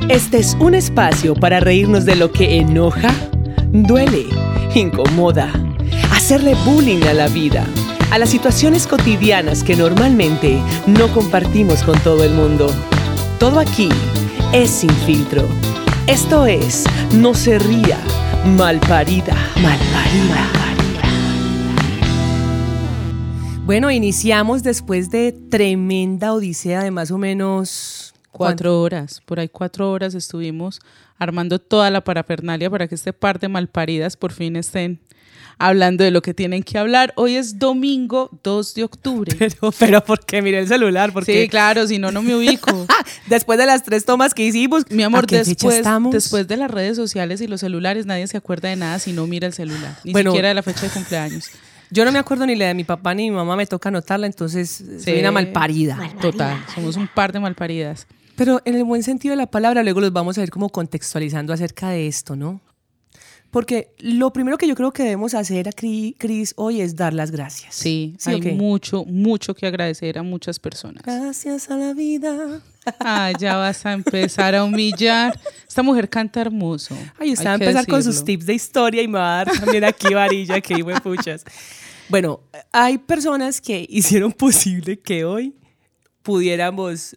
Este es un espacio para reírnos de lo que enoja, duele, incomoda, hacerle bullying a la vida, a las situaciones cotidianas que normalmente no compartimos con todo el mundo. Todo aquí es Sin Filtro. Esto es No se ría, malparida, malparida. Bueno, iniciamos después de tremenda odisea de más o menos 4 horas. Por ahí 4 horas estuvimos armando toda la parafernalia para que este par de malparidas por fin estén hablando de lo que tienen que hablar. Hoy es domingo 2 de octubre. Pero ¿por qué? Miré el celular. Sí, claro, si no, no me ubico. Después de las 3 tomas que hicimos, Mi amor, ¿a qué fecha estamos? después de las redes sociales y los celulares, nadie se acuerda de nada si no mira el celular. Ni Bueno, siquiera de la fecha de cumpleaños. Yo no me acuerdo ni la de mi papá ni mi mamá, me toca anotarla, entonces soy una malparida. Total, somos un par de malparidas. Pero en el buen sentido de la palabra, luego los vamos a ir como contextualizando acerca de esto, ¿no? Porque lo primero que yo creo que debemos hacer, Cris, hoy es dar las gracias. Sí, ¿Sí hay o qué? mucho que agradecer a muchas personas. Gracias a la vida. Ya vas a empezar a humillar. Esta mujer canta hermoso. Ay, usted va a hay que empezar con decirlo. sus tips de historia y me va a dar también aquí varilla, que hijo de puchas. Bueno, hay personas que hicieron posible que hoy pudiéramos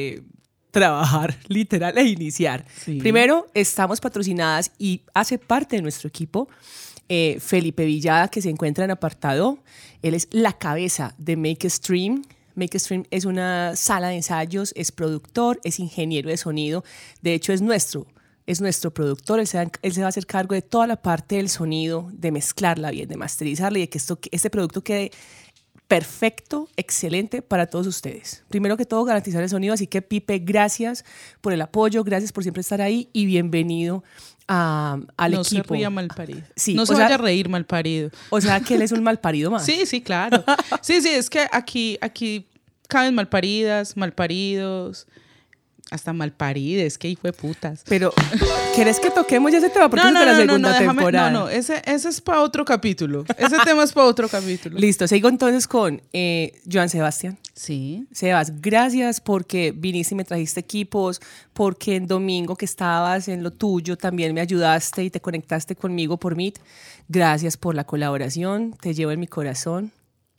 trabajar literal e iniciar. Sí. Primero, estamos patrocinadas y hace parte de nuestro equipo Felipe Villada, que se encuentra en apartado. Él es la cabeza de Make Stream. Make Stream es una sala de ensayos, es productor, es ingeniero de sonido. De hecho, es nuestro productor. Él se va a hacer cargo de toda la parte del sonido, de mezclarla bien, de masterizarla y de que este producto quede perfecto, excelente para todos ustedes. Primero que todo, garantizar el sonido. Así que, Pipe, gracias por el apoyo, gracias por siempre estar ahí y bienvenido al no equipo. No se ría malparido. Sí, no se vaya a reír malparido. O sea, que él es un malparido más. Sí, claro. Sí, es que aquí caben malparidas, malparidos, hasta malparides, qué hijo de putas. Pero, ¿querés que toquemos ya ese tema? Porque es de la segunda temporada. Ese es para otro capítulo. Ese tema es para otro capítulo. Listo, sigo entonces con Joan Sebastián. Sí. Sebas, gracias porque viniste y me trajiste equipos, porque en domingo que estabas en lo tuyo también me ayudaste y te conectaste conmigo por Meet. Gracias por la colaboración, te llevo en mi corazón.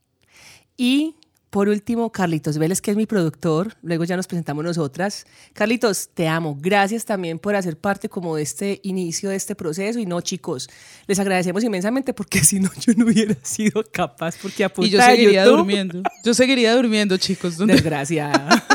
Y por último, Carlitos Vélez, que es mi productor, luego ya nos presentamos nosotras. Carlitos, te amo. Gracias también por hacer parte como de este inicio de este proceso. Y no, chicos, les agradecemos inmensamente porque si no, yo no hubiera sido capaz porque a punta y yo seguiría de YouTube, durmiendo. Yo seguiría durmiendo, chicos. Desgraciada.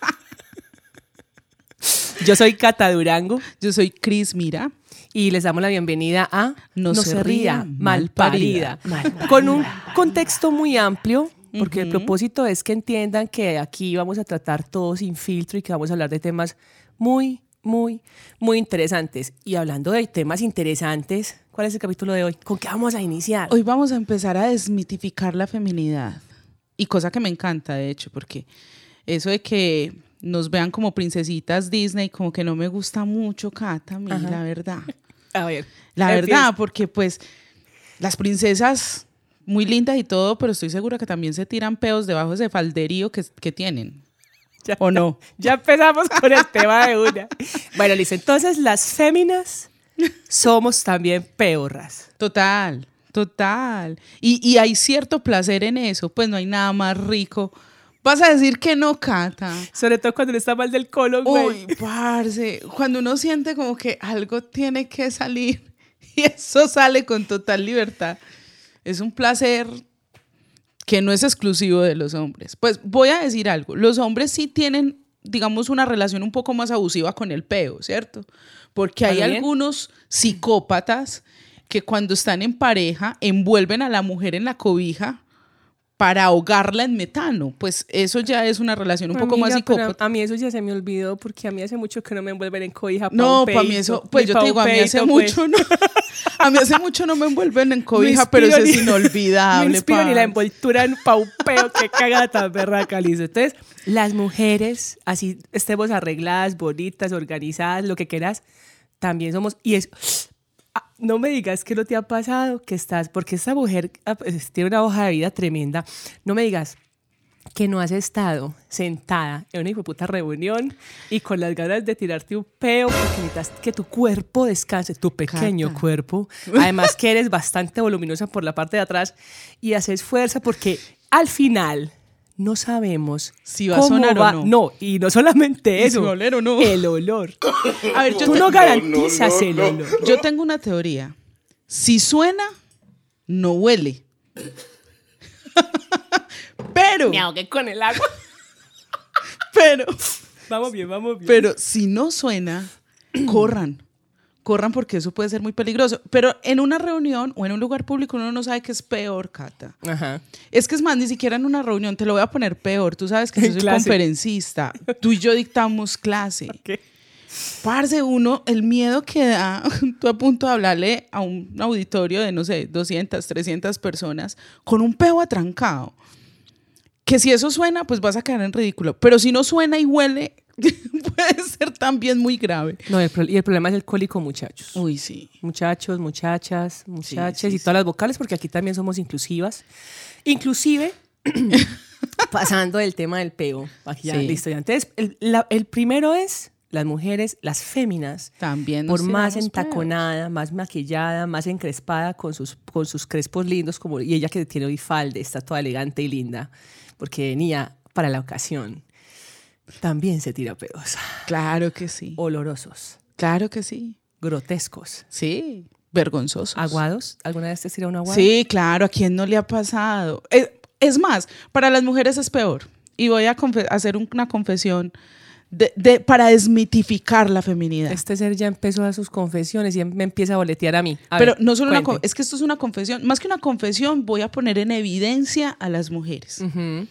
Yo soy Cata Durango. Yo soy Cris Mira. Y les damos la bienvenida a No se ría, malparida. Con un contexto muy amplio, porque el propósito es que entiendan que aquí vamos a tratar todo sin filtro y que vamos a hablar de temas muy interesantes. Y hablando de temas interesantes, ¿cuál es el capítulo de hoy? ¿Con qué vamos a iniciar? Hoy vamos a empezar a desmitificar la feminidad. Y cosa que me encanta, de hecho, porque eso de que nos vean como princesitas Disney, como que no me gusta mucho, Cata, a mí, la verdad. A ver. La verdad, porque pues las princesas muy lindas y todo, pero estoy segura que también se tiran peos debajo de ese falderío que tienen. Ya, ¿O no? Ya empezamos con el tema de una. Bueno, listo. Entonces, las féminas somos también peorras. Total. Y hay cierto placer en eso, pues no hay nada más rico. Vas a decir que no, Cata. Sobre todo cuando uno está mal del colon, güey. Uy, parce, cuando uno siente como que algo tiene que salir y eso sale con total libertad. Es un placer que no es exclusivo de los hombres. Pues voy a decir algo, los hombres sí tienen, digamos, una relación un poco más abusiva con el peo, ¿cierto? Porque hay algunos psicópatas que cuando están en pareja envuelven a la mujer en la cobija para ahogarla en metano. Pues eso ya es una relación un poco más psicópata. A mí eso ya se me olvidó porque a mí hace mucho que no me envuelven en cobija. No, para mí eso, pues yo te digo, a mí hace mucho no. A mí hace mucho no me envuelven en cobija, pero eso es inolvidable. No inspiro ni la envoltura en paupeo, qué cagada tan berraca, listo. Entonces, las mujeres, así estemos arregladas, bonitas, organizadas, lo que quieras, también somos, y es... No me digas que no te ha pasado que estás, porque esta mujer tiene una hoja de vida tremenda. No me digas, que no has estado sentada en una hijueputa reunión y con las ganas de tirarte un peo porque necesitas que tu cuerpo descanse, tu pequeño Cata. cuerpo, además que eres bastante voluminosa por la parte de atrás y haces fuerza porque al final no sabemos si va a sonar o no. No, y no solamente eso, si va a oler o no. el olor. A ver, Tú no garantizas el olor. Yo tengo una teoría. Si suena, no huele. Pero, Me ahogué con el agua. pero, Vamos bien, vamos bien. pero si no suena, corran. Corran porque eso puede ser muy peligroso. Pero en una reunión o en un lugar público uno no sabe qué es peor, Cata. Ajá. Es que es más, ni siquiera en una reunión te lo voy a poner peor. Tú sabes que yo En soy clase. conferencista. Tú y yo dictamos clase. ¿Qué? Parce, el miedo que da, tú a punto de hablarle a un auditorio de, no sé, 200, 300 personas con un peo atrancado. Que si eso suena, pues vas a quedar en ridículo. Pero si no suena y huele, puede ser también muy grave. No, y el problema es el cólico, muchachos. Uy, sí. Muchachos, muchachas, muchaches sí, y todas las vocales, porque aquí también somos inclusivas. Inclusive, pasando del tema del peo, aquí ya, Sí. listo. Ya. Entonces, el primero es las mujeres, las féminas, También nos por más tiramos entaconada, más maquillada, más encrespada, con sus crespos lindos, como, y ella que tiene hoy falda, está toda elegante y linda, porque venía para la ocasión. También se tira peos. peos. Claro que sí. Olorosos, Claro que sí. grotescos, Sí. Vergonzosos. aguados. ¿Alguna vez te has tirado un aguado? Sí, claro. ¿A quién no le ha pasado? Es más, para las mujeres es peor. Y voy a hacer una confesión para desmitificar la feminidad. Este ser ya empezó a dar sus confesiones y me empieza a boletear a mí. A Pero ver, no solo cuente. es que esto es una confesión. Más que una confesión, voy a poner en evidencia a las mujeres. Ujú.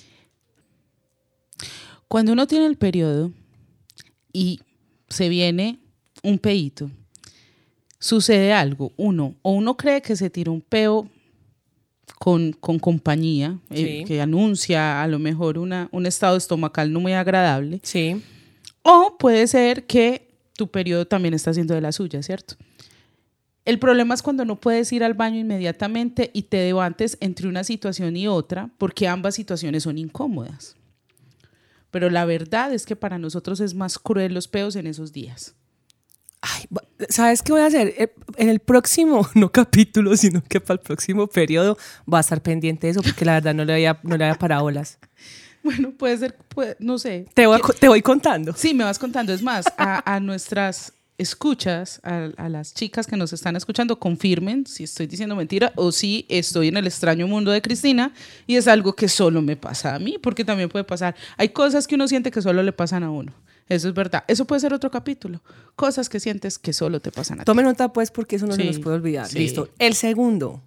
Cuando uno tiene el periodo y se viene un peíto, sucede algo. Uno cree que se tira un peo con compañía, Sí. que anuncia a lo mejor un estado estomacal no muy agradable. Sí. O puede ser que tu periodo también está haciendo de la suya, ¿cierto? El problema es cuando no puedes ir al baño inmediatamente y te debates entre una situación y otra, porque ambas situaciones son incómodas. Pero la verdad es que para nosotros es más cruel los peos en esos días. Ay, ¿sabes qué voy a hacer? En el próximo, no capítulo, sino que para el próximo periodo va a estar pendiente de eso, porque la verdad no le había parabolas. Bueno, puede ser, no sé. Te voy contando. Sí, me vas contando. Es más, a nuestras escuchas, a las chicas que nos están escuchando, confirmen si estoy diciendo mentira o si estoy en el extraño mundo de Cristina y es algo que solo me pasa a mí, porque también puede pasar. Hay cosas que uno siente que solo le pasan a uno. Eso es verdad. Eso puede ser otro capítulo. Cosas que sientes que solo te pasan a ti. Tome nota, pues, porque eso no se Sí, nos puede olvidar. sí. Listo. El segundo.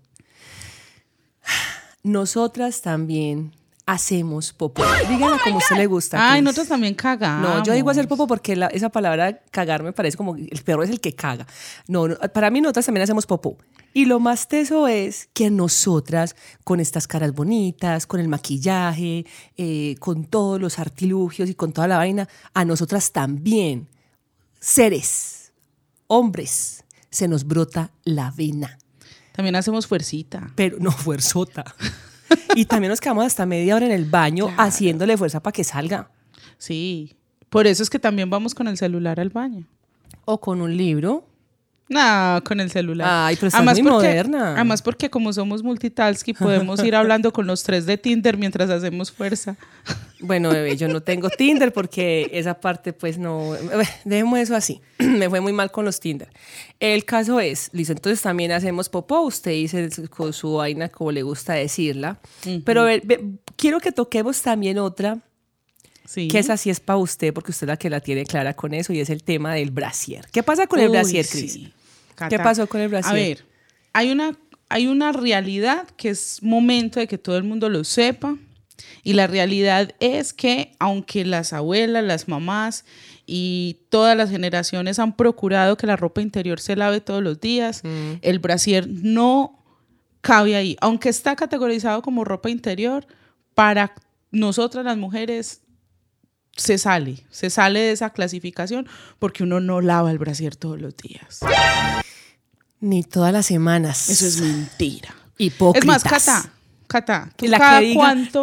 Nosotras también hacemos popó. Dígala como a usted le gusta. Ay, Cris. nosotros también cagamos. No, yo digo hacer popó porque esa palabra cagar me parece como el perro es el que caga. No, para mí nosotras también hacemos popó. Y lo más teso es que nosotras, con estas caras bonitas, con el maquillaje, con todos los artilugios y con toda la vaina, a nosotras también, seres, hombres, se nos brota la vena. También hacemos fuercita. Pero no, fuerzota. Y también nos quedamos hasta media hora en el baño haciéndole fuerza para que salga. Sí. Por eso es que también vamos con el celular al baño. O con un libro. No, con el celular. Ay, pero estás muy moderna. Además porque como somos multitasking podemos ir hablando con los 3 de Tinder mientras hacemos fuerza. Bueno, bebé, yo no tengo Tinder porque esa parte pues no... Dejemos eso así. Me fue muy mal con los Tinder. El caso es, listo, entonces también hacemos popó. Usted dice con su vaina como le gusta decirla. Pero quiero que toquemos también otra, Sí. que esa sí es para usted porque usted es la que la tiene clara con eso y es el tema del brasier. ¿Qué pasa con el brasier, Cris? Sí. ¿Qué pasó con el brasier? A ver, hay una realidad que es momento de que todo el mundo lo sepa. Y la realidad es que aunque las abuelas, las mamás y todas las generaciones han procurado que la ropa interior se lave todos los días, el brasier no cabe ahí. Aunque está categorizado como ropa interior, para nosotras las mujeres se sale de esa clasificación porque uno no lava el brasier todos los días. Ni todas las semanas. Eso es mentira. Hipócritas. Es más, Cata, ¿tú La cada que diga, cuánto?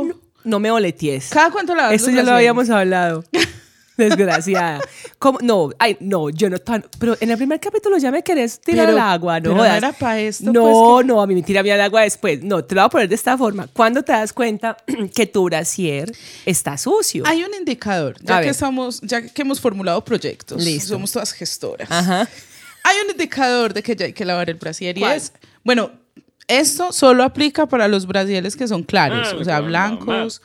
No me boleties. ¿Cada cuánto lavas Esto los ya lo brasieres? habíamos hablado. Desgraciada. ¿Cómo? No, ay, no, yo no tan. Pero en el primer capítulo ya me querés tirar al agua, ¿no? Pero no jodas. era para esto. No, pues, no, a mí me tira al agua después. No, te lo voy a poner de esta forma. ¿Cuándo te das cuenta que tu brasier está sucio? Hay un indicador, A ver. ya que hemos formulado proyectos, Listo. somos todas gestoras. Ajá. Hay un indicador de que ya hay que lavar el brasier y ¿Cuál? es, bueno, esto solo aplica para los brasieres que son claros, o sea, blancos,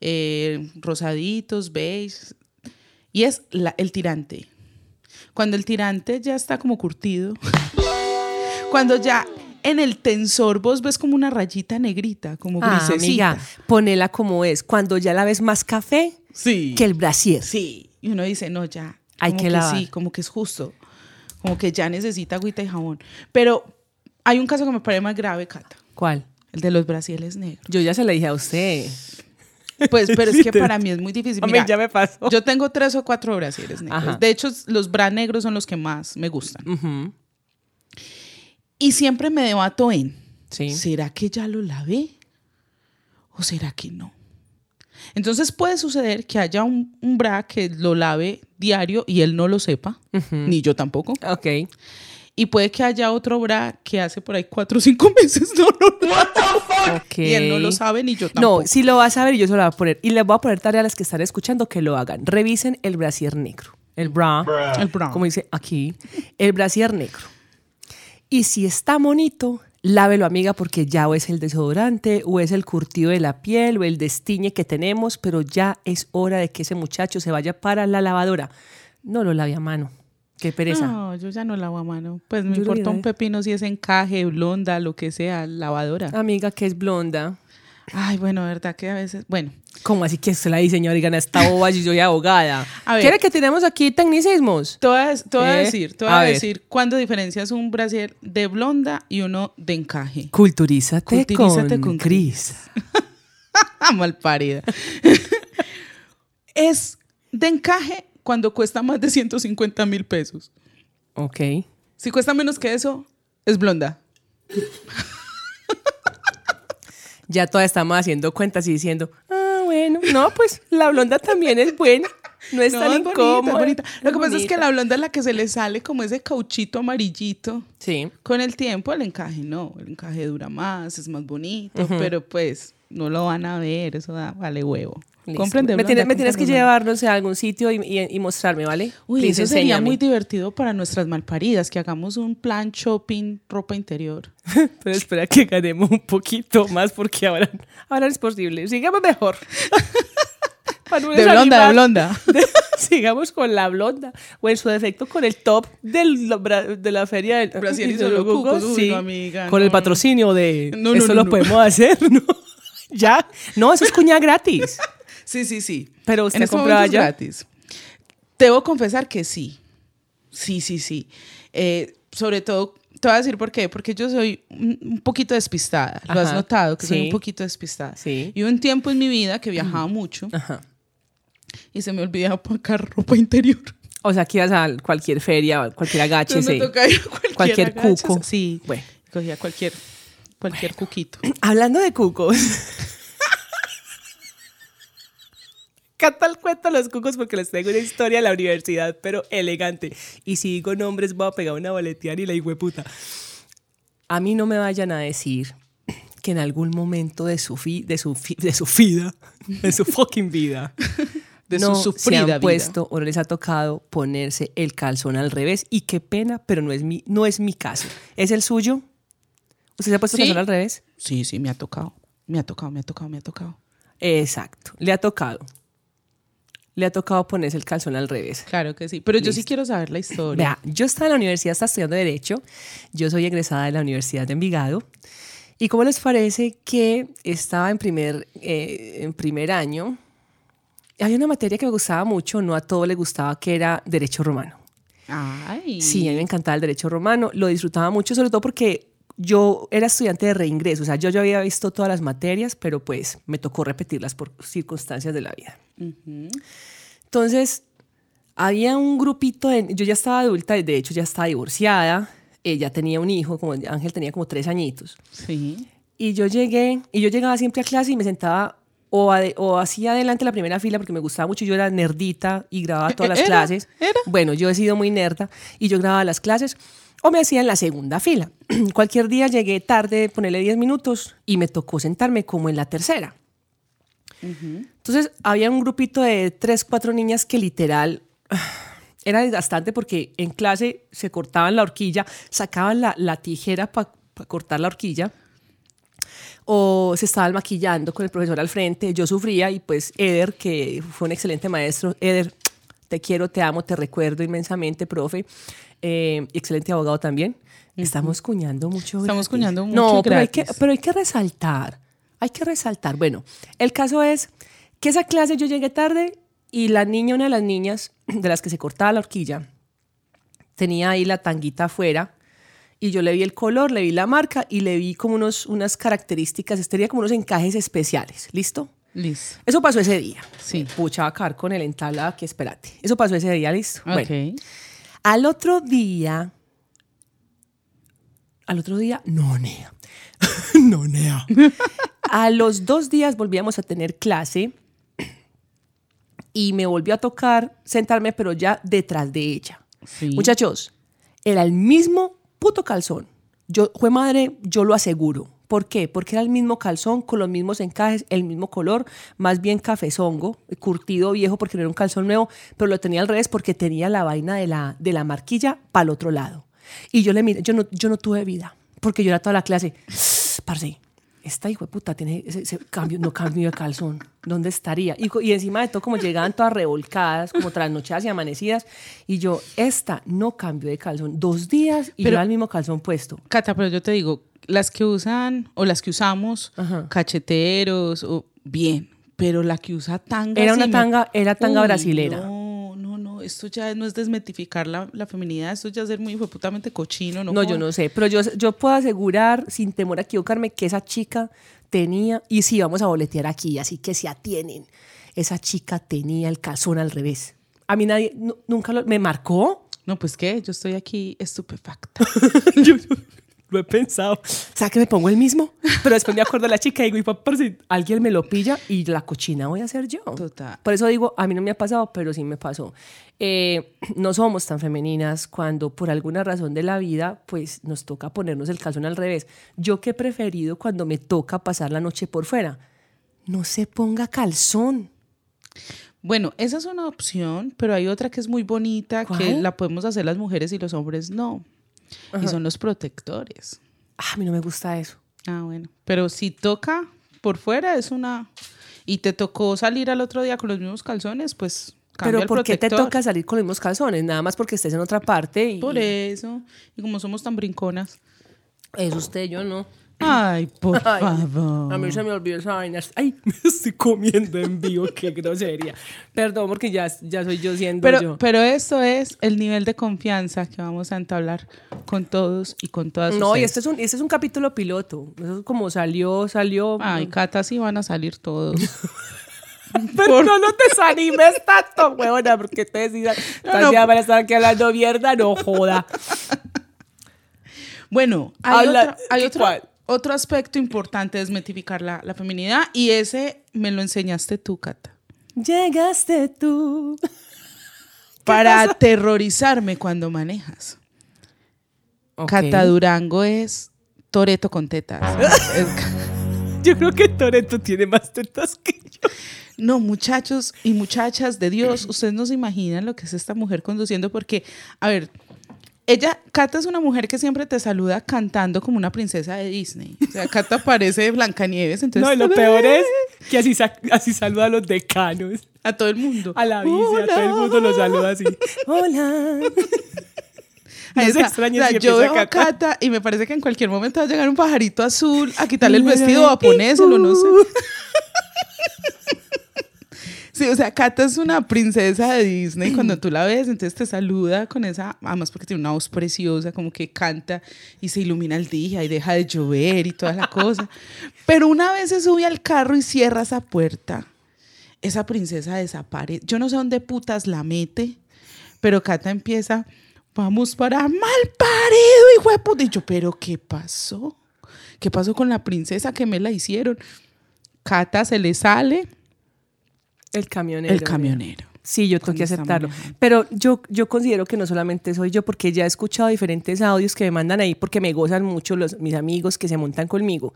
rosaditos, beige, y es el tirante. Cuando el tirante ya está como curtido, cuando ya en el tensor vos ves como una rayita negrita, como grisecita. Amiga, ponela como es. Cuando ya la ves más café Sí. que el brasier. Sí, y uno dice, no, ya. Hay como que lavar. Sí, como que es justo. Como que ya necesita agüita y jabón. Pero hay un caso que me parece más grave, Cata. ¿Cuál? El de los brasieres negros. Yo ya se le dije a usted. Pues, pero es que para mí es muy difícil. A mí Mira, ya me pasó. yo tengo 3 o 4 brasieres negros. Ajá. De hecho, los bra negros son los que más me gustan. Ujú. Y siempre me debato en, Sí. ¿será que ya lo lavé? ¿O será que no? Entonces puede suceder que haya un bra que lo lave diario y él no lo sepa, ni yo tampoco. Ok. Y puede que haya otro bra que hace por ahí 4 o 5 meses no lo lava. Ok. Y él no lo sabe ni yo tampoco. No, si lo vas a ver, yo se lo voy a poner. Y les voy a poner tarea a las que están escuchando que lo hagan. Revisen el brasier negro. El bra. El bra. Como dice aquí. El brasier negro. Y si está bonito, lávelo, amiga, porque ya o es el desodorante, o es el curtido de la piel, o el destiñe que tenemos, pero ya es hora de que ese muchacho se vaya para la lavadora. No lo lave a mano. Qué pereza. No, yo ya no lavo a mano. Pues me Yo importa lo un lavé. pepino si es encaje, blonda, lo que sea, lavadora. Amiga, que es blonda. Ay, bueno, verdad que a veces, bueno. ¿Cómo así que usted la diseñadora y gana esta boba y soy abogada? A ver. ¿Quiere que tenemos aquí tecnicismos? Te voy a A ver. decir cuándo diferencias un brasier de blonda y uno de encaje. Culturízate, Culturízate con con Cris. Malparida. Es de encaje cuando cuesta más de 150,000 pesos. Ok. Si cuesta menos que eso, es blonda. Ya todas estamos haciendo cuentas y diciendo, bueno, no, pues la blonda también es buena. No es tan es incómoda. bonita. Lo que Es pasa es que bonita. la blonda es la que se le sale como ese cauchito amarillito. Sí. Con el tiempo el encaje no, el encaje dura más, es más bonito, pero pues no lo van a ver, eso vale huevo. Listo. Compren de me, blonda, me tienes que compren de blonda. llevar, no sé, a algún sitio y mostrarme, ¿vale? Uy, Please, eso sería enséñame. muy divertido para nuestras malparidas, que hagamos un plan shopping, ropa interior. Pero espera que ganemos un poquito más porque ahora no es posible. Sigamos mejor. Para no De blonda, de desanimar. blonda. Sigamos con la blonda. O en su defecto con el top de la feria del Brasier y solo cucos. Uy, sí. no, amiga, con no, el patrocinio de No, esto no, lo no. podemos hacer, ¿no? Ya. No, eso es cuña gratis. Sí. Pero usted En este compraba momento es ya. gratis. Debo confesar que sí. Sí. Sobre todo, te voy a decir por qué. Porque yo soy un poquito despistada. ¿Lo has Ajá, notado? Que soy sí. un poquito despistada. Sí. Y hubo un tiempo en mi vida que viajaba mucho Ajá. y se me olvidaba pagar ropa interior. O sea, que ibas a cualquier feria, cualquier agache, Entonces me tocaba ir a cualquier agache. cuco. Sí. Bueno. Cogía cualquier cuquito. Hablando de cucos. Canta el cuento a los cucos porque les tengo una historia de la universidad, pero elegante. Y si digo nombres, voy a pegar una boleteada y la hijueputa. A mí no me vayan a decir que en algún momento de su vida, de su fucking vida, De no su se sufrida han vida. puesto o no les ha tocado ponerse el calzón al revés. Y qué pena, pero no es mi caso. ¿Es el suyo? ¿Usted se ha puesto el Sí. calzón al revés? Sí, me ha tocado. Exacto, le ha tocado. Le ha tocado ponerse el calzón al revés. Claro que sí. Pero yo sí Listo. quiero saber la historia. Vea, yo estaba en la universidad, estaba estudiando Derecho. Yo soy egresada de la Universidad de Envigado. ¿Y cómo les parece que estaba en primer año? Había una materia que me gustaba mucho, no a todos les gustaba, que era Derecho Romano. Ay. Sí, a mí me encantaba el Derecho Romano, lo disfrutaba mucho, sobre todo porque yo era estudiante de reingreso, o sea, yo ya había visto todas las materias, pero pues me tocó repetirlas por circunstancias de la vida. Entonces, había un grupito, yo ya estaba adulta, de hecho ya estaba divorciada, ella tenía un hijo, como Ángel tenía como 3 añitos. Sí. Y yo llegaba siempre a clase y me sentaba o así adelante la primera fila porque me gustaba mucho, yo era nerdita y grababa todas las clases. Bueno, yo he sido muy nerda y yo grababa las clases, o me hacía en la segunda fila. Cualquier día llegué tarde, ponerle 10 minutos y me tocó sentarme como en la tercera. Entonces había un grupito de 3, 4 niñas que literal era desgastante porque en clase se cortaban la horquilla, sacaban la tijera para cortar la horquilla, o se estaban maquillando con el profesor al frente. Yo sufría y pues Eder, que fue un excelente maestro, Eder, te quiero, te amo, te recuerdo inmensamente, profe, excelente abogado también. Estamos cuñando mucho. Estamos cuñando mucho. No, pero hay que resaltar. Hay que resaltar. Bueno, el caso es que esa clase yo llegué tarde y una de las niñas de las que se cortaba la horquilla tenía ahí la tanguita afuera y yo le vi el color, le vi la marca y le vi como unas características, tenía como unos encajes especiales. ¿Listo? Listo. Eso pasó ese día. Sí. Pucha, va a acabar con el entablado que espérate. Eso pasó ese día, ¿listo? Ok. Bueno, al otro día, no, Nea. No, Nea. A los 2 días volvíamos a tener clase y me volvió a tocar sentarme, pero ya detrás de ella. Sí. Muchachos, era el mismo puto calzón. Jue madre, yo lo aseguro. ¿Por qué? Porque era el mismo calzón, con los mismos encajes, el mismo color, más bien cafezongo, curtido viejo porque no era un calzón nuevo, pero lo tenía al revés porque tenía la vaina de la marquilla para el otro lado. Y yo le miré, yo no tuve vida, porque yo era toda la clase, parce, esta hijo de puta tiene ese cambio, no cambio de calzón, ¿dónde estaría? Y encima de todo, como llegaban todas revolcadas, como trasnochadas y amanecidas, y yo, esta no cambió de calzón, 2 días y yo era el mismo calzón puesto. Cata, pero yo te digo, las que usan o las que usamos, Ajá, cacheteros, o bien, pero la que usa tanga. era una tanga, era tanga brasilera. No, esto ya no es desmitificar la feminidad, esto ya es ser muy putamente cochino. No, yo no sé, pero yo puedo asegurar, sin temor a equivocarme, que esa chica tenía, y sí, vamos a boletear aquí, así que se atienen, esa chica tenía el calzón al revés. A mí nadie, nunca me marcó. No, pues qué, yo estoy aquí estupefacta. Yo lo he pensado. ¿Sabes que me pongo el mismo? Pero después me acuerdo de la chica y digo, y por si alguien me lo pilla y la cochina voy a ser yo. Total. Por eso digo, a mí no me ha pasado, pero sí me pasó. No somos tan femeninas cuando por alguna razón de la vida pues nos toca ponernos el calzón al revés. Yo que he preferido cuando me toca pasar la noche por fuera, no se ponga calzón. Bueno, esa es una opción, pero hay otra que es muy bonita, ¿cuál? que la podemos hacer las mujeres y los hombres no. Ajá. Y son los protectores. A mí no me gusta eso. Ah, bueno. Pero si toca por fuera es una... Y te tocó salir al otro día con los mismos calzones, pues cambia Pero el ¿por qué te protector. toca salir con los mismos calzones? Nada más porque estés en otra parte. Por eso. Y como somos tan brinconas. Es usted, yo no. Ay, por Ay, favor. a mí se me olvidó esa vaina. Ay, me estoy comiendo en vivo, qué grosería. Perdón, porque ya soy yo siendo yo. Pero esto es el nivel de confianza que vamos a entablar con todos y con todas No, y ustedes. este es un capítulo piloto. Eso es como salió. Ay, Cata, sí van a salir todos. Pero no te desanimes tanto, huevona, porque te decís, ya van a estar aquí hablando mierda, no joda. Bueno, hay ¿cuál? otro aspecto importante de desmitificar la feminidad y ese me lo enseñaste tú, Cata. Llegaste tú. Para aterrorizarme cuando manejas. Okay. Cata Durango es Toretto con tetas. Yo creo que Toretto tiene más tetas que yo. No, muchachos y muchachas de Dios, ustedes no se imaginan lo que es esta mujer conduciendo porque, a ver, Cata es una mujer que siempre te saluda cantando como una princesa de Disney. O sea, Cata parece Blancanieves. Entonces, No, y lo peor es que así saluda a los decanos. a todo el mundo. A la bici, a todo el mundo lo saluda así. Hola. No se extraña si yo empieza veo a a cantar. Cata y me parece que en cualquier momento va a llegar un pajarito azul a quitarle el vestido o a ponérselo, no sé. Sí, o sea, Cata es una princesa de Disney cuando tú la ves, entonces te saluda con esa, además porque tiene una voz preciosa, como que canta y se ilumina el día y deja de llover y toda la cosa. Pero una vez se sube al carro y cierra esa puerta, esa princesa desaparece. Yo no sé dónde putas la mete, pero Cata empieza, vamos para Malparido, hijo de puta. Y yo, ¿pero qué pasó? ¿Qué pasó con la princesa? ¿Qué me la hicieron? Cata se le sale El camionero. el camionero. Sí, yo tengo Cuando que está aceptarlo. manejando. Pero yo considero que no solamente soy yo, porque ya he escuchado diferentes audios que me mandan ahí porque me gozan mucho mis amigos que se montan conmigo.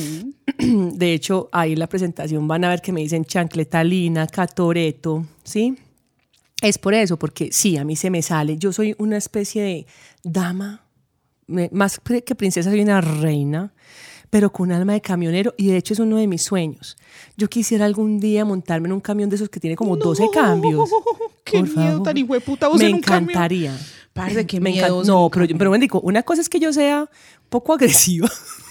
De hecho, ahí en la presentación van a ver que me dicen chancletalina, catoreto, ¿sí? Es por eso, porque sí, a mí se me sale. Yo soy una especie de dama, más que princesa, soy una reina, pero con alma de camionero, y de hecho es uno de mis sueños. Yo quisiera algún día montarme en un camión de esos que tiene como 12 cambios. ¡Qué Por miedo favor. tan hijueputa vos Me en un camión! encantaría. Parce, qué Me miedo encanta. vos en No, un pero camión. me digo, una cosa es que yo sea un poco agresiva.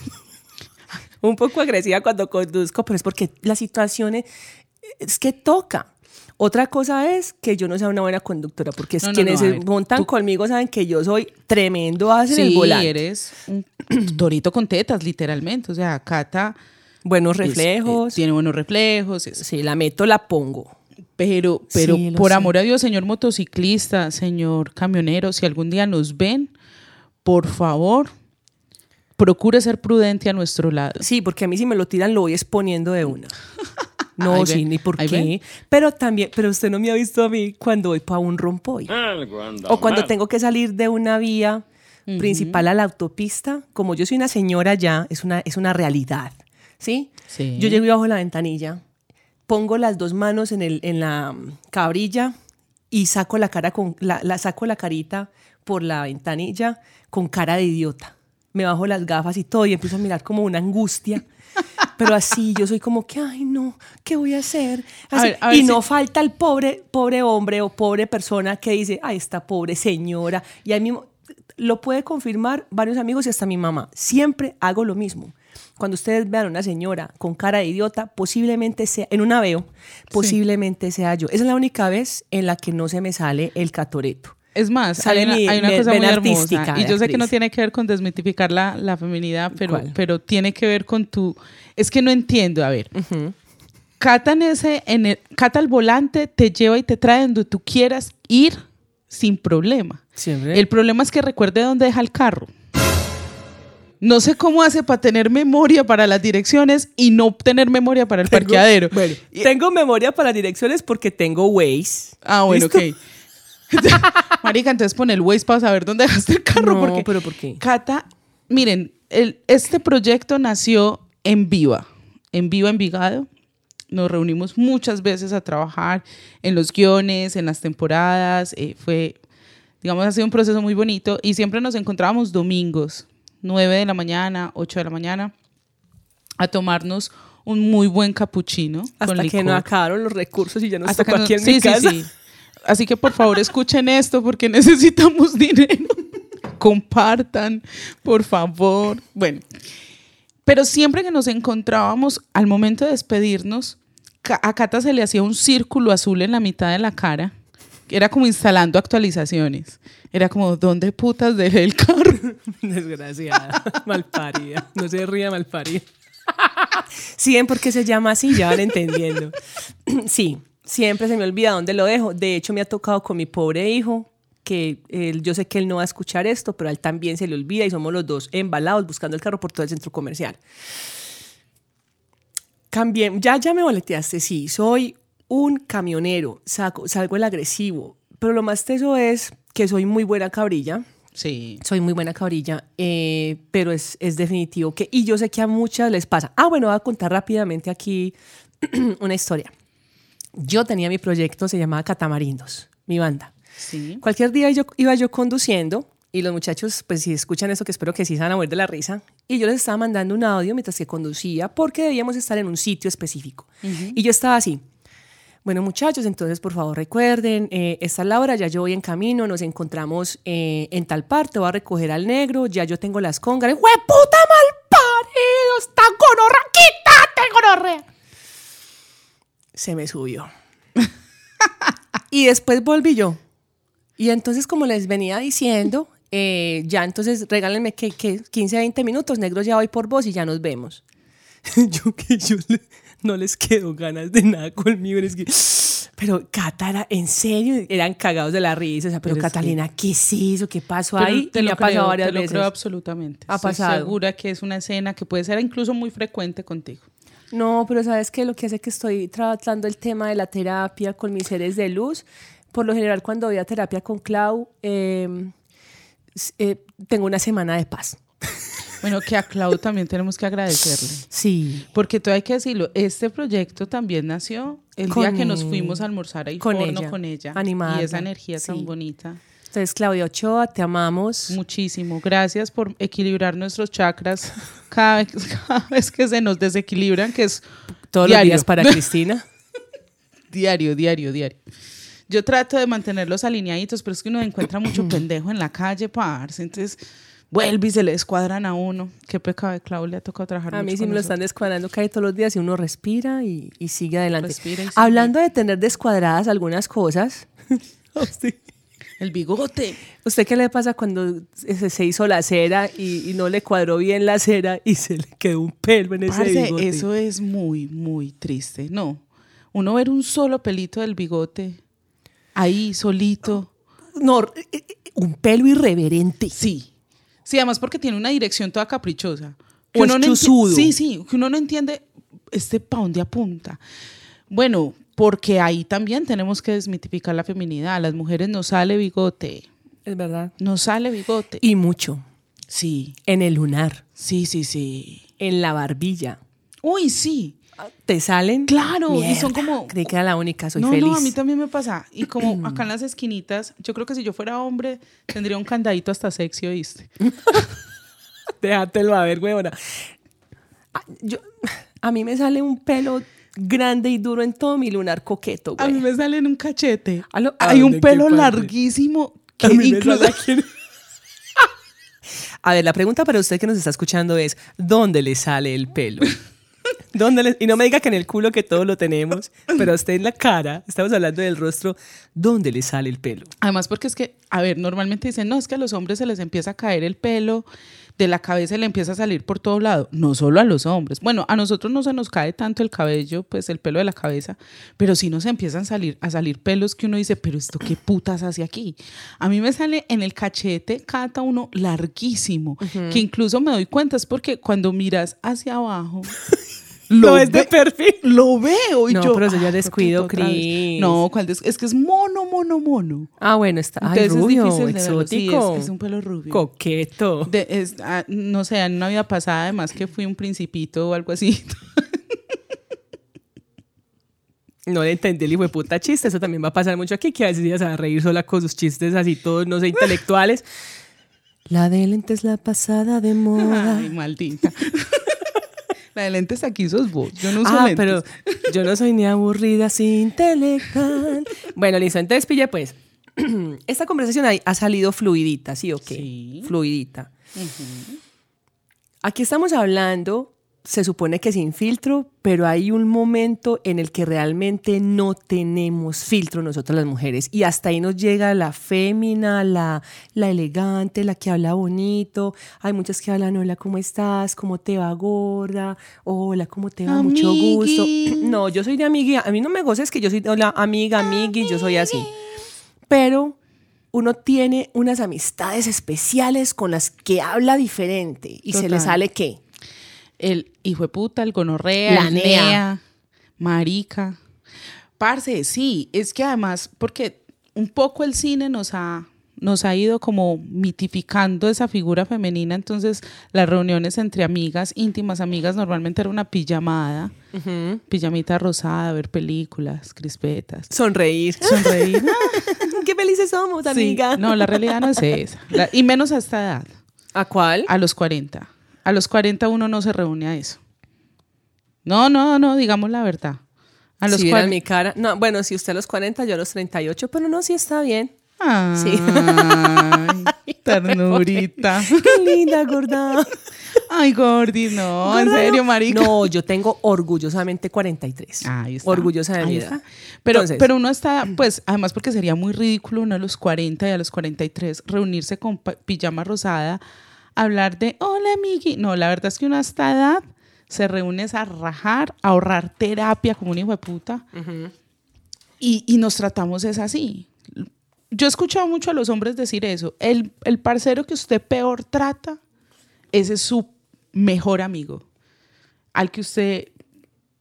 Un poco agresiva cuando conduzco, pero es porque la situación es que toca. Otra cosa es que yo no sea una buena conductora, porque quienes a se ver, montan conmigo saben que yo soy tremendo as en el Sí, volante. eres un torito con tetas, literalmente. O sea, Cata Buenos reflejos. tiene buenos reflejos. Sí, la meto, la pongo. Pero Sí, lo por sé. amor a Dios, señor motociclista, señor camionero, si algún día nos ven, por favor, procure ser prudente a nuestro lado. Sí, porque a mí si me lo tiran lo voy exponiendo de una. No, Ahí sí, ven, ni por ahí qué. ven. Pero usted no me ha visto a mí cuando voy para un rompoy. O cuando tengo que salir de una vía principal a la autopista. Como yo soy una señora ya, es una realidad. ¿Sí? Sí. Yo llego y bajo la ventanilla, pongo las dos manos en la cabrilla y saco la cara saco la carita por la ventanilla con cara de idiota. Me bajo las gafas y todo y empiezo a mirar como una angustia. Pero así, yo soy como que, ay no, ¿qué voy a hacer? Así, A ver y no si- falta el pobre hombre o pobre persona que dice, ay, esta pobre señora. Y ahí mismo, lo puede confirmar varios amigos y hasta mi mamá. Siempre hago lo mismo. Cuando ustedes vean a una señora con cara de idiota, posiblemente sea, en un aveo, posiblemente sea yo. Esa es la única vez en la que no se me sale el catoreto. Es más, Sale hay una mi cosa muy vena hermosa. artística Y de yo sé que no actriz. tiene que ver con desmitificar la feminidad, ¿Cuál? pero tiene que ver con tu... Es que no entiendo, a ver. Cata, Cata al volante te lleva y te trae donde tú quieras ir sin problema. Siempre. El problema es que recuerde dónde deja el carro. No sé cómo hace para tener memoria para las direcciones y no tener memoria para el parqueadero. Bueno, tengo memoria para direcciones porque tengo Waze. Ah, bueno, ¿Listo? ok. Marica, entonces pon el Waze para saber dónde dejaste el carro. No, porque pero ¿por qué? Cata, miren, este proyecto nació en Viva Envigado. Nos reunimos muchas veces a trabajar en los guiones, en las temporadas. Ha sido un proceso muy bonito y siempre nos encontrábamos domingos, 9 de la mañana, 8 de la mañana, a tomarnos un muy buen capuchino. Hasta con que no licor. acabaron los recursos y ya no Hasta estoy que aquí en sí, mi casa. Sí. Así que por favor escuchen esto porque necesitamos dinero. Compartan, por favor. Bueno, pero siempre que nos encontrábamos, al momento de despedirnos, a Cata se le hacía un círculo azul en la mitad de la cara. Era como instalando actualizaciones. Era como, ¿dónde putas dejé el carro? Desgraciada, malparida. No se ría, malparida. Sí, ¿ven por qué se llama así? Ya van entendiendo. Sí, siempre se me olvida dónde lo dejo. De hecho, me ha tocado con mi pobre hijo, que yo sé que él no va a escuchar esto, pero a él también se le olvida y somos los dos embalados buscando el carro por todo el centro comercial. Ya me boleteaste, sí, soy un camionero, salgo el agresivo, pero lo más teso es que soy muy buena cabrilla. Sí. Soy muy buena cabrilla, pero es definitivo que, y yo sé que a muchas les pasa. Bueno, voy a contar rápidamente aquí una historia. Yo tenía mi proyecto, se llamaba Catamarindos, mi banda. Sí. Cualquier día iba yo conduciendo y los muchachos, pues si escuchan esto, que espero que sí se van a morir de la risa, y yo les estaba mandando un audio mientras que conducía porque debíamos estar en un sitio específico. Y yo estaba así. Bueno, muchachos, entonces por favor recuerden, esta es la hora, ya yo voy en camino, nos encontramos en tal parte, voy a recoger al negro, ya yo tengo las cóngaras. ¡Hueputa malparido! ¡Está gonorrea! ¡Quítate, gonorrea! Se me subió. Y después volví yo. Y entonces, como les venía diciendo, ya entonces regálenme que 15 a 20 minutos, negros, ya voy por vos y ya nos vemos. No les quedó ganas de nada conmigo. Pero Cata, en serio, eran cagados de la risa. O sea, pero Catalina, ¿qué es eso? ¿Qué pasó ahí? Te y me ha pasado varias veces. Te lo veces. creo absolutamente. Ha Estoy pasado. segura que es una escena que puede ser incluso muy frecuente contigo. No, pero ¿sabes qué? Lo que hace que estoy tratando el tema de la terapia con mis seres de luz, por lo general cuando voy a terapia con Clau, tengo una semana de paz. Bueno, que a Clau también tenemos que agradecerle. Sí. Porque todo hay que decirlo, este proyecto también nació el Con día que nos fuimos a almorzar al forno con ella. Animada. Y esa energía tan Sí. bonita. Entonces, Claudia Ochoa, te amamos. Muchísimo. Gracias por equilibrar nuestros chakras cada vez que se nos desequilibran, que es Todos diario. los días para Cristina. Diario. Yo trato de mantenerlos alineaditos, pero es que uno encuentra mucho pendejo en la calle, parce. Entonces vuelve y se le descuadran a uno. Qué pecado de Clau, le ha tocado trabajar A mucho mí sí con me lo nosotros. están descuadrando casi todos los días y uno respira y sigue adelante. Respira y sigue. Hablando de tener descuadradas algunas cosas. Sí. El bigote. ¿Usted qué le pasa cuando se hizo la cera y no le cuadró bien la cera y se le quedó un pelo en ese Parce, bigote? eso es muy, muy triste. No, uno ver un solo pelito del bigote ahí solito. No, un pelo irreverente. Sí, además porque tiene una dirección toda caprichosa. O es chuzudo. Sí, que uno no entiende pa' dónde apunta. Bueno, porque ahí también tenemos que desmitificar la feminidad. A las mujeres nos sale bigote. Es verdad. Nos sale bigote. Y mucho. Sí, En el lunar, sí. en la barbilla. Uy, sí. ¿Te salen? Claro, y Mierda, son como... creí que era la única, soy no, feliz. No, a mí también me pasa. Y como acá en las esquinitas, yo creo que si yo fuera hombre, tendría un candadito hasta sexy, ¿oíste? Déjatelo a ver, huevona. A mí me sale un pelo grande y duro en todo mi lunar coqueto, A güey. mí me sale en un cachete. ¿A Hay dónde? un pelo ¿Qué parte? larguísimo que A mí me incluso... sale aquí. A ver, la pregunta para usted que nos está escuchando es, ¿dónde le sale el pelo? Y no me diga que en el culo, que todos lo tenemos, pero a usted en la cara, estamos hablando del rostro, ¿dónde le sale el pelo? Además, porque es que, a ver, normalmente dicen, no, es que a los hombres se les empieza a caer el pelo de la cabeza y le empieza a salir por todo lado. No solo a los hombres. Bueno, a nosotros no se nos cae tanto el cabello, pues el pelo de la cabeza, pero sí nos empiezan a salir pelos que uno dice, pero ¿esto qué putas hace aquí? A mí me sale en el cachete, cada uno larguísimo, que incluso me doy cuenta, es porque cuando miras hacia abajo... No es de perfil. Lo veo y No, yo... pero eso ya "Ah, descuido, otra vez". Cris. No, es que es mono. Ah, bueno, está. Ay, Entonces rubio, es difícil de verlo. Sí, exótico. es un pelo rubio. Coqueto. No sé, en una vida pasada, además que fui un principito o algo así. No le entendí el hijo de puta chiste. Eso también va a pasar mucho aquí, que a veces ya se va a reír sola con sus chistes así todos, no sé, intelectuales. La de lentes, la pasada de moda. Ay, maldita. La de lentes aquí sos vos. Yo no uso lentes. Pero yo no soy ni aburrida, así intelectual. Bueno, listo. Entonces, pille, pues, esta conversación ha salido fluidita, ¿sí o qué? Sí. Fluidita. Aquí estamos hablando, se supone que sin filtro, pero hay un momento en el que realmente no tenemos filtro nosotras las mujeres. Y hasta ahí nos llega la fémina, la elegante, la que habla bonito. Hay muchas que hablan, hola, ¿cómo estás? ¿Cómo te va, gorda? Hola, ¿cómo te va? Mucho gusto. Amigui. No, yo soy de amigui. A mí no me goces que yo soy hola, amiga, amigui, yo soy así. Pero uno tiene unas amistades especiales con las que habla diferente. ¿Y se le Total. sale qué? El hijo de puta, el gonorrea, La el nea. nea, marica. Parce, sí, es que además, porque un poco el cine nos ha ido como mitificando esa figura femenina, entonces las reuniones entre amigas, íntimas amigas, normalmente era una pijamada, pijamita rosada, ver películas, crispetas, Sonreír. sonreír. Qué felices somos, amiga. Sí, no, la realidad no es esa. Y menos a esta edad, ¿A cuál? a los 40. A los 40 uno no se reúne a eso. No, digamos la verdad. A los si vieran 40. mi cara. No, bueno, si usted a los 40, yo a los 38, pero no, sí está bien. Ay, Sí. ternurita. Qué linda, gorda. Ay, gordi, no, en Gorda, serio, marica. No, yo tengo orgullosamente 43. Ahí está. Orgullosa de mi Ahí edad. está. Pero, Entonces, pero uno está, pues, además porque sería muy ridículo uno a los 40 y a los 43 reunirse con pijama rosada, hablar de, hola, amigui. No, la verdad es que uno a esta edad se reúne a rajar, a ahorrar terapia como un hijo de puta. Y nos tratamos es así. Yo he escuchado mucho a los hombres decir eso. El parcero que usted peor trata, ese es su mejor amigo. Al que usted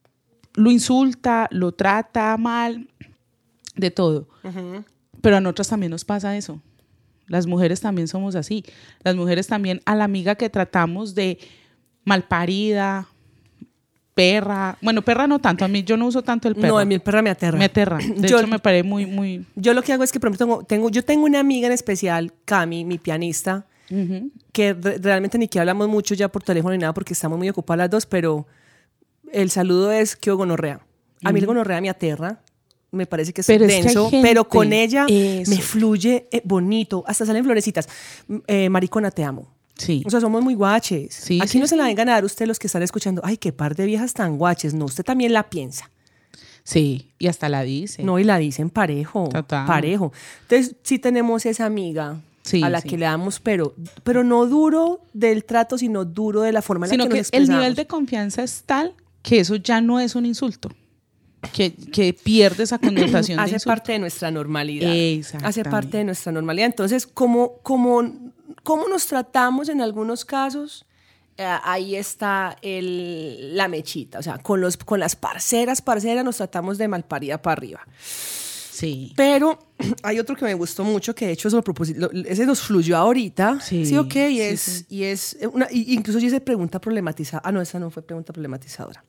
lo insulta, lo trata mal, de todo. Pero a nosotras también nos pasa eso. Las mujeres también somos así. Las mujeres también, a la amiga que tratamos de malparida, perra. Bueno, perra no tanto. A mí yo no uso tanto el perra. No, a mí el perra me aterra. Me aterra. De hecho, me parece muy... Yo lo que hago es que, por ejemplo, yo tengo una amiga en especial, Cami, mi pianista, que realmente ni que hablamos mucho ya por teléfono ni nada porque estamos muy ocupadas las dos, pero el saludo es que gonorrea. A mí el gonorrea me aterra. Me parece que es denso, pero con ella me fluye bonito. Hasta salen florecitas. Maricona, te amo. Sí. O sea, somos muy guaches. Sí, Aquí no se la vengan a dar ustedes los que están escuchando. Ay, qué par de viejas tan guaches. No, usted también la piensa. Sí, y hasta la dice. No, y la dicen parejo. Total. Parejo. Entonces, sí tenemos esa amiga a la que le damos, pero no duro del trato, sino duro de la forma en la que nos expresamos. El nivel de confianza es tal que eso ya no es un insulto. Que pierde esa connotación de hace insulto. parte de nuestra normalidad. Exactamente. Hace parte de nuestra normalidad. Entonces, ¿cómo nos tratamos en algunos casos? Ahí está la mechita. O sea, con las parceras nos tratamos de malparida para arriba. Sí. Pero hay otro que me gustó mucho, que de hecho ese nos fluyó ahorita. Sí, ok. Incluso yo hice pregunta problematizada. No, esa no fue pregunta problematizadora.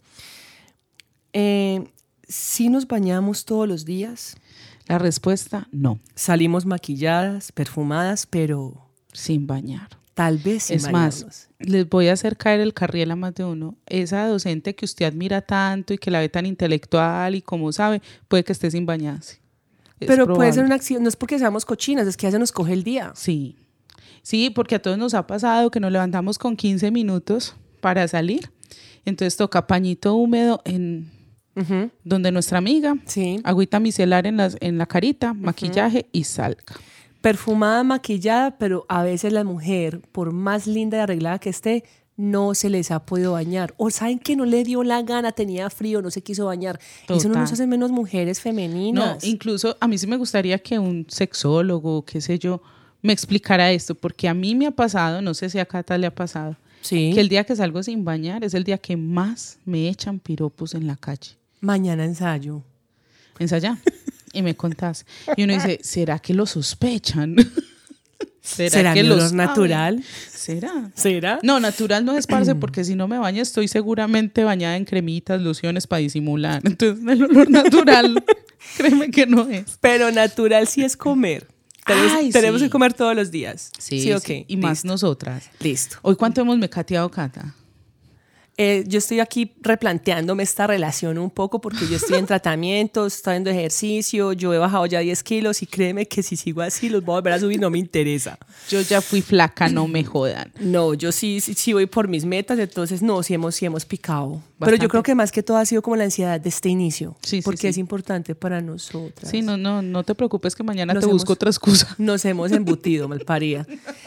¿Sí nos bañamos todos los días? La respuesta, no. Salimos maquilladas, perfumadas, pero... sin bañar. Tal vez sin bañarnos. Es más, les voy a hacer caer el carriel a más de uno. Esa docente que usted admira tanto y que la ve tan intelectual y como sabe, puede que esté sin bañarse. Pero puede ser una acción, no es porque seamos cochinas, es que ya se nos coge el día. Sí. Sí, porque a todos nos ha pasado que nos levantamos con 15 minutos para salir. Entonces toca pañito húmedo en... donde nuestra amiga, agüita micelar en la carita, maquillaje y salga. Perfumada, maquillada, pero a veces la mujer, por más linda y arreglada que esté, no se les ha podido bañar. O saben que no le dio la gana, tenía frío, no se quiso bañar. Total. Eso no nos hace menos mujeres femeninas. No, incluso a mí sí me gustaría que un sexólogo, qué sé yo, me explicara esto, porque a mí me ha pasado, no sé si a Cata le ha pasado, que el día que salgo sin bañar es el día que más me echan piropos en la calle. Mañana ensayo. Ensaya y me contás. Y uno dice, ¿será que lo sospechan? ¿Será que lo natural? ¿Será? No, natural no es, parce, porque si no me baño estoy seguramente bañada en cremitas, lociones para disimular. Entonces el olor natural, créeme que no es. Pero natural sí es comer. Tenemos que comer todos los días. Sí, okay. Y más nosotras. Listo. ¿Hoy cuánto hemos mecateado, Cata? Yo estoy aquí replanteándome esta relación un poco porque yo estoy en tratamiento, estoy haciendo ejercicio, yo he bajado ya 10 kilos y créeme que si sigo así los voy a volver a subir, no me interesa. Yo ya fui flaca, no me jodan. No, yo sí voy por mis metas, entonces no, sí hemos picado. Bastante. Pero yo creo que más que todo ha sido como la ansiedad de este inicio, porque es importante para nosotras. Sí, no te preocupes que mañana te busco otra excusa. Nos hemos embutido, malparida.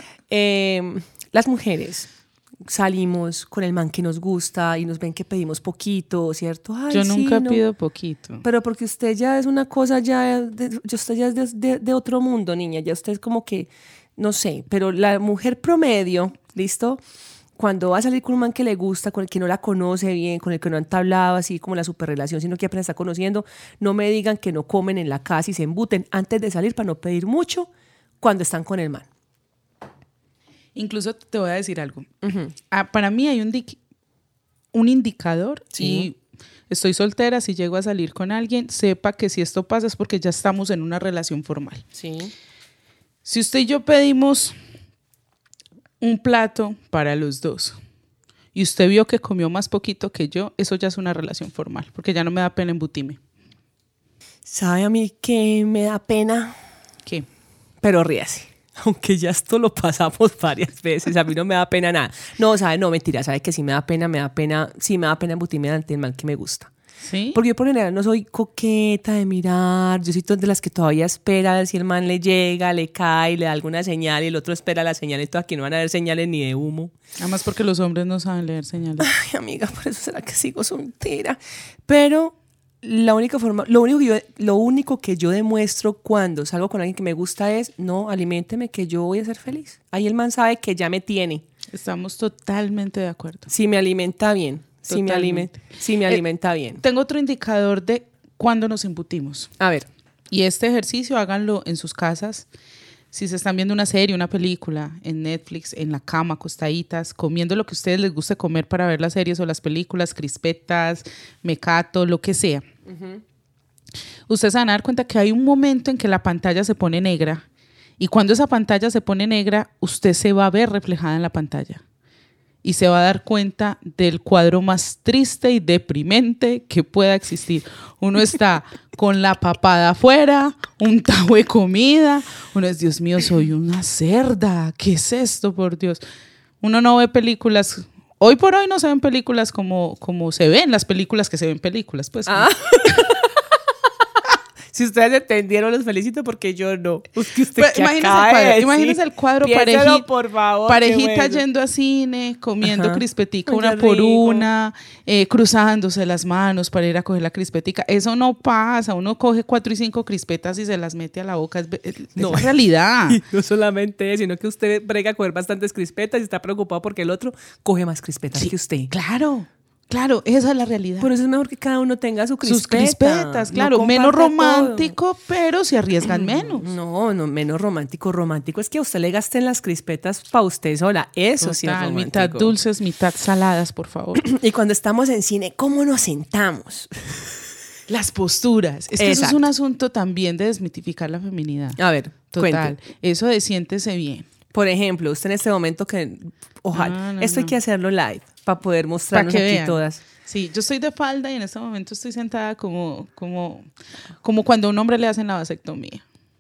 Las mujeres... salimos con el man que nos gusta y nos ven que pedimos poquito, ¿cierto? Ay, yo nunca pido poquito. Pero porque usted ya es una cosa, usted ya es de otro mundo, niña. Ya usted es como que, no sé, pero la mujer promedio, ¿listo? Cuando va a salir con un man que le gusta, con el que no la conoce bien, con el que no han entablado así como la superrelación, sino que apenas está conociendo, no me digan que no comen en la casa y se embuten antes de salir para no pedir mucho cuando están con el man. Incluso te voy a decir algo. Para mí hay un indicador y estoy soltera, si llego a salir con alguien, sepa que si esto pasa es porque ya estamos en una relación formal. Sí. Si usted y yo pedimos un plato para los dos y usted vio que comió más poquito que yo, eso ya es una relación formal, porque ya no me da pena embutirme. ¿Sabe a mí que me da pena? ¿Qué? Pero ríase. Aunque ya esto lo pasamos varias veces, a mí no me da pena nada. No, mentira, sabe que sí me da pena embutirme ante el man que me gusta. ¿Sí? Porque yo por general no soy coqueta de mirar, yo soy de las que todavía espera a ver si el man le llega, le cae, le da alguna señal y el otro espera la señal, entonces aquí no van a haber señales ni de humo. Además porque los hombres no saben leer señales. Ay, amiga, por eso será que sigo soltera. Pero... lo único que yo demuestro cuando salgo con alguien que me gusta es, no, aliménteme que yo voy a ser feliz. Ahí el man sabe que ya me tiene. Estamos totalmente de acuerdo. Si me alimenta bien, Sí me alimenta bien. Tengo otro indicador de cuándo nos embutimos. A ver. Y este ejercicio háganlo en sus casas. Si se están viendo una serie, una película en Netflix, en la cama, acostaditas, comiendo lo que a ustedes les guste comer para ver las series o las películas, crispetas, mecato, lo que sea. Uh-huh. Ustedes se van a dar cuenta que hay un momento en que la pantalla se pone negra y cuando esa pantalla se pone negra, usted se va a ver reflejada en la pantalla y se va a dar cuenta del cuadro más triste y deprimente que pueda existir. Uno está con la papada afuera, un tajo de comida, uno es, Dios mío, soy una cerda, ¿qué es esto, por Dios? Uno no ve películas, hoy por hoy no se ven películas como se ven las películas que se ven películas, pues. Ah. Si ustedes entendieron, los felicito porque yo no. Imagínense el cuadro parejita yendo a cine, comiendo crispetica una por una, cruzándose las manos para ir a coger la crispetica. Eso no pasa. Uno coge 4 y 5 crispetas y se las mete a la boca. Es la realidad. Y no solamente eso, sino que usted brega a coger bastantes crispetas y está preocupado porque el otro coge más crispetas que usted. Claro, esa es la realidad. Por eso es mejor que cada uno tenga sus crispetas, claro, no menos romántico, todo. Pero se arriesgan menos. No, menos romántico. Romántico es que a usted le gasten las crispetas para usted sola. Eso sí es romántico. Mitad dulces, mitad saladas, por favor. Y cuando estamos en cine, ¿cómo nos sentamos? Las posturas. Es que eso es un asunto también de desmitificar la feminidad. A ver, total. Cuente. Eso de siéntese bien. Por ejemplo, usted en este momento que, ojalá, esto hay que hacerlo live para poder mostrarnos aquí vean. Todas. Sí, yo estoy de falda y en este momento estoy sentada como cuando a un hombre le hacen la vasectomía.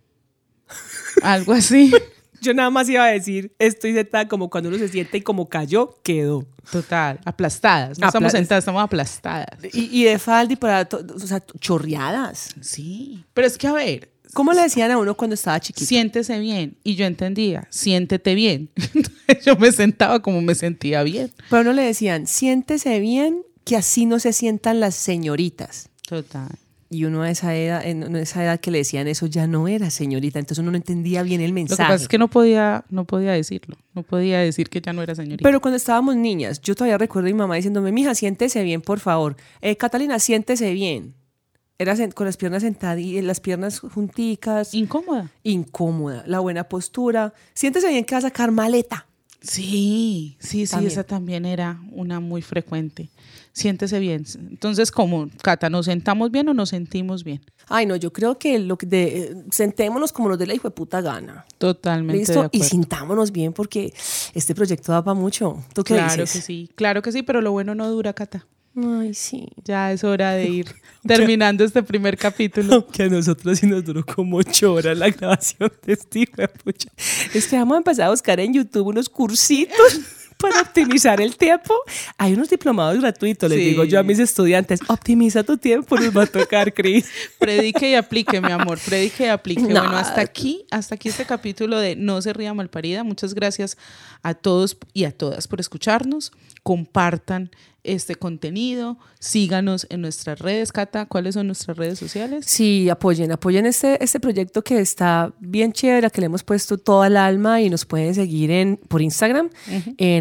Algo así. Yo nada más iba a decir, estoy sentada como cuando uno se siente y como cayó, quedó. Total, aplastadas. No estamos sentadas, estamos aplastadas. Y de falda y para, o sea, chorreadas. Sí, pero es que a ver. ¿Cómo le decían a uno cuando estaba chiquito? Siéntese bien. Y yo entendía, siéntete bien. Yo me sentaba como me sentía bien. Pero no le decían, siéntese bien, que así no se sientan las señoritas. Total. Y uno a esa edad que le decían eso ya no era señorita, entonces uno no entendía bien el mensaje. Lo que pasa es que no podía decirlo, no podía decir que ya no era señorita. Pero cuando estábamos niñas, yo todavía recuerdo a mi mamá diciéndome, mija, siéntese bien, por favor. Catalina, siéntese bien. Era con las piernas sentadas y las piernas junticas. Incómoda. La buena postura. Siéntese bien que va a sacar maleta. Sí, esa también era una muy frecuente. Siéntese bien. Entonces, ¿cómo, Cata? ¿Nos sentamos bien o nos sentimos bien? Ay, no, yo creo que sentémonos como nos dé la hijo de puta gana. Totalmente. ¿Listo? De acuerdo. Y sintámonos bien porque este proyecto da para mucho. ¿Tú qué dices? Claro que sí, pero lo bueno no dura, Cata. Ay, sí. Ya es hora de ir terminando este primer capítulo. Que a nosotros sí nos duró como 8 horas la grabación de este hijo de pucha. Es que vamos a empezar a buscar en YouTube unos cursitos para optimizar el tiempo. Hay unos diplomados gratuitos, les digo yo a mis estudiantes, optimiza tu tiempo, nos va a tocar, Cris. Predique y aplique, mi amor, predique y aplique. No. Bueno, hasta aquí este capítulo de No se ría malparida. Muchas gracias a todos y a todas por escucharnos. Compartan este contenido, síganos en nuestras redes. Cata, ¿cuáles son nuestras redes sociales? Sí, apoyen este proyecto que está bien chévere, que le hemos puesto toda el alma y nos pueden seguir por Instagram, en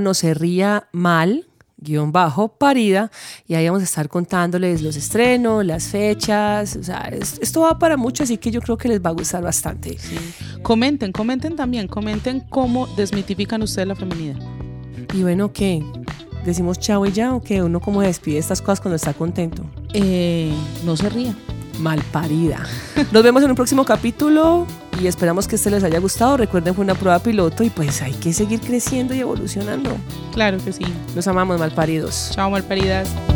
@noserriamal_parida, y ahí vamos a estar contándoles los estrenos, las fechas, o sea, esto va para mucho, así que yo creo que les va a gustar bastante. Sí. Comenten también cómo desmitifican ustedes la feminidad. Y bueno, ¿qué? ¿Decimos chao y ya o qué? ¿Uno cómo despide estas cosas cuando está contento? No se ría. Malparida. Nos vemos en un próximo capítulo y esperamos que este les haya gustado. Recuerden, fue una prueba piloto y pues hay que seguir creciendo y evolucionando. Claro que sí. Los amamos, malparidos. Chao, malparidas.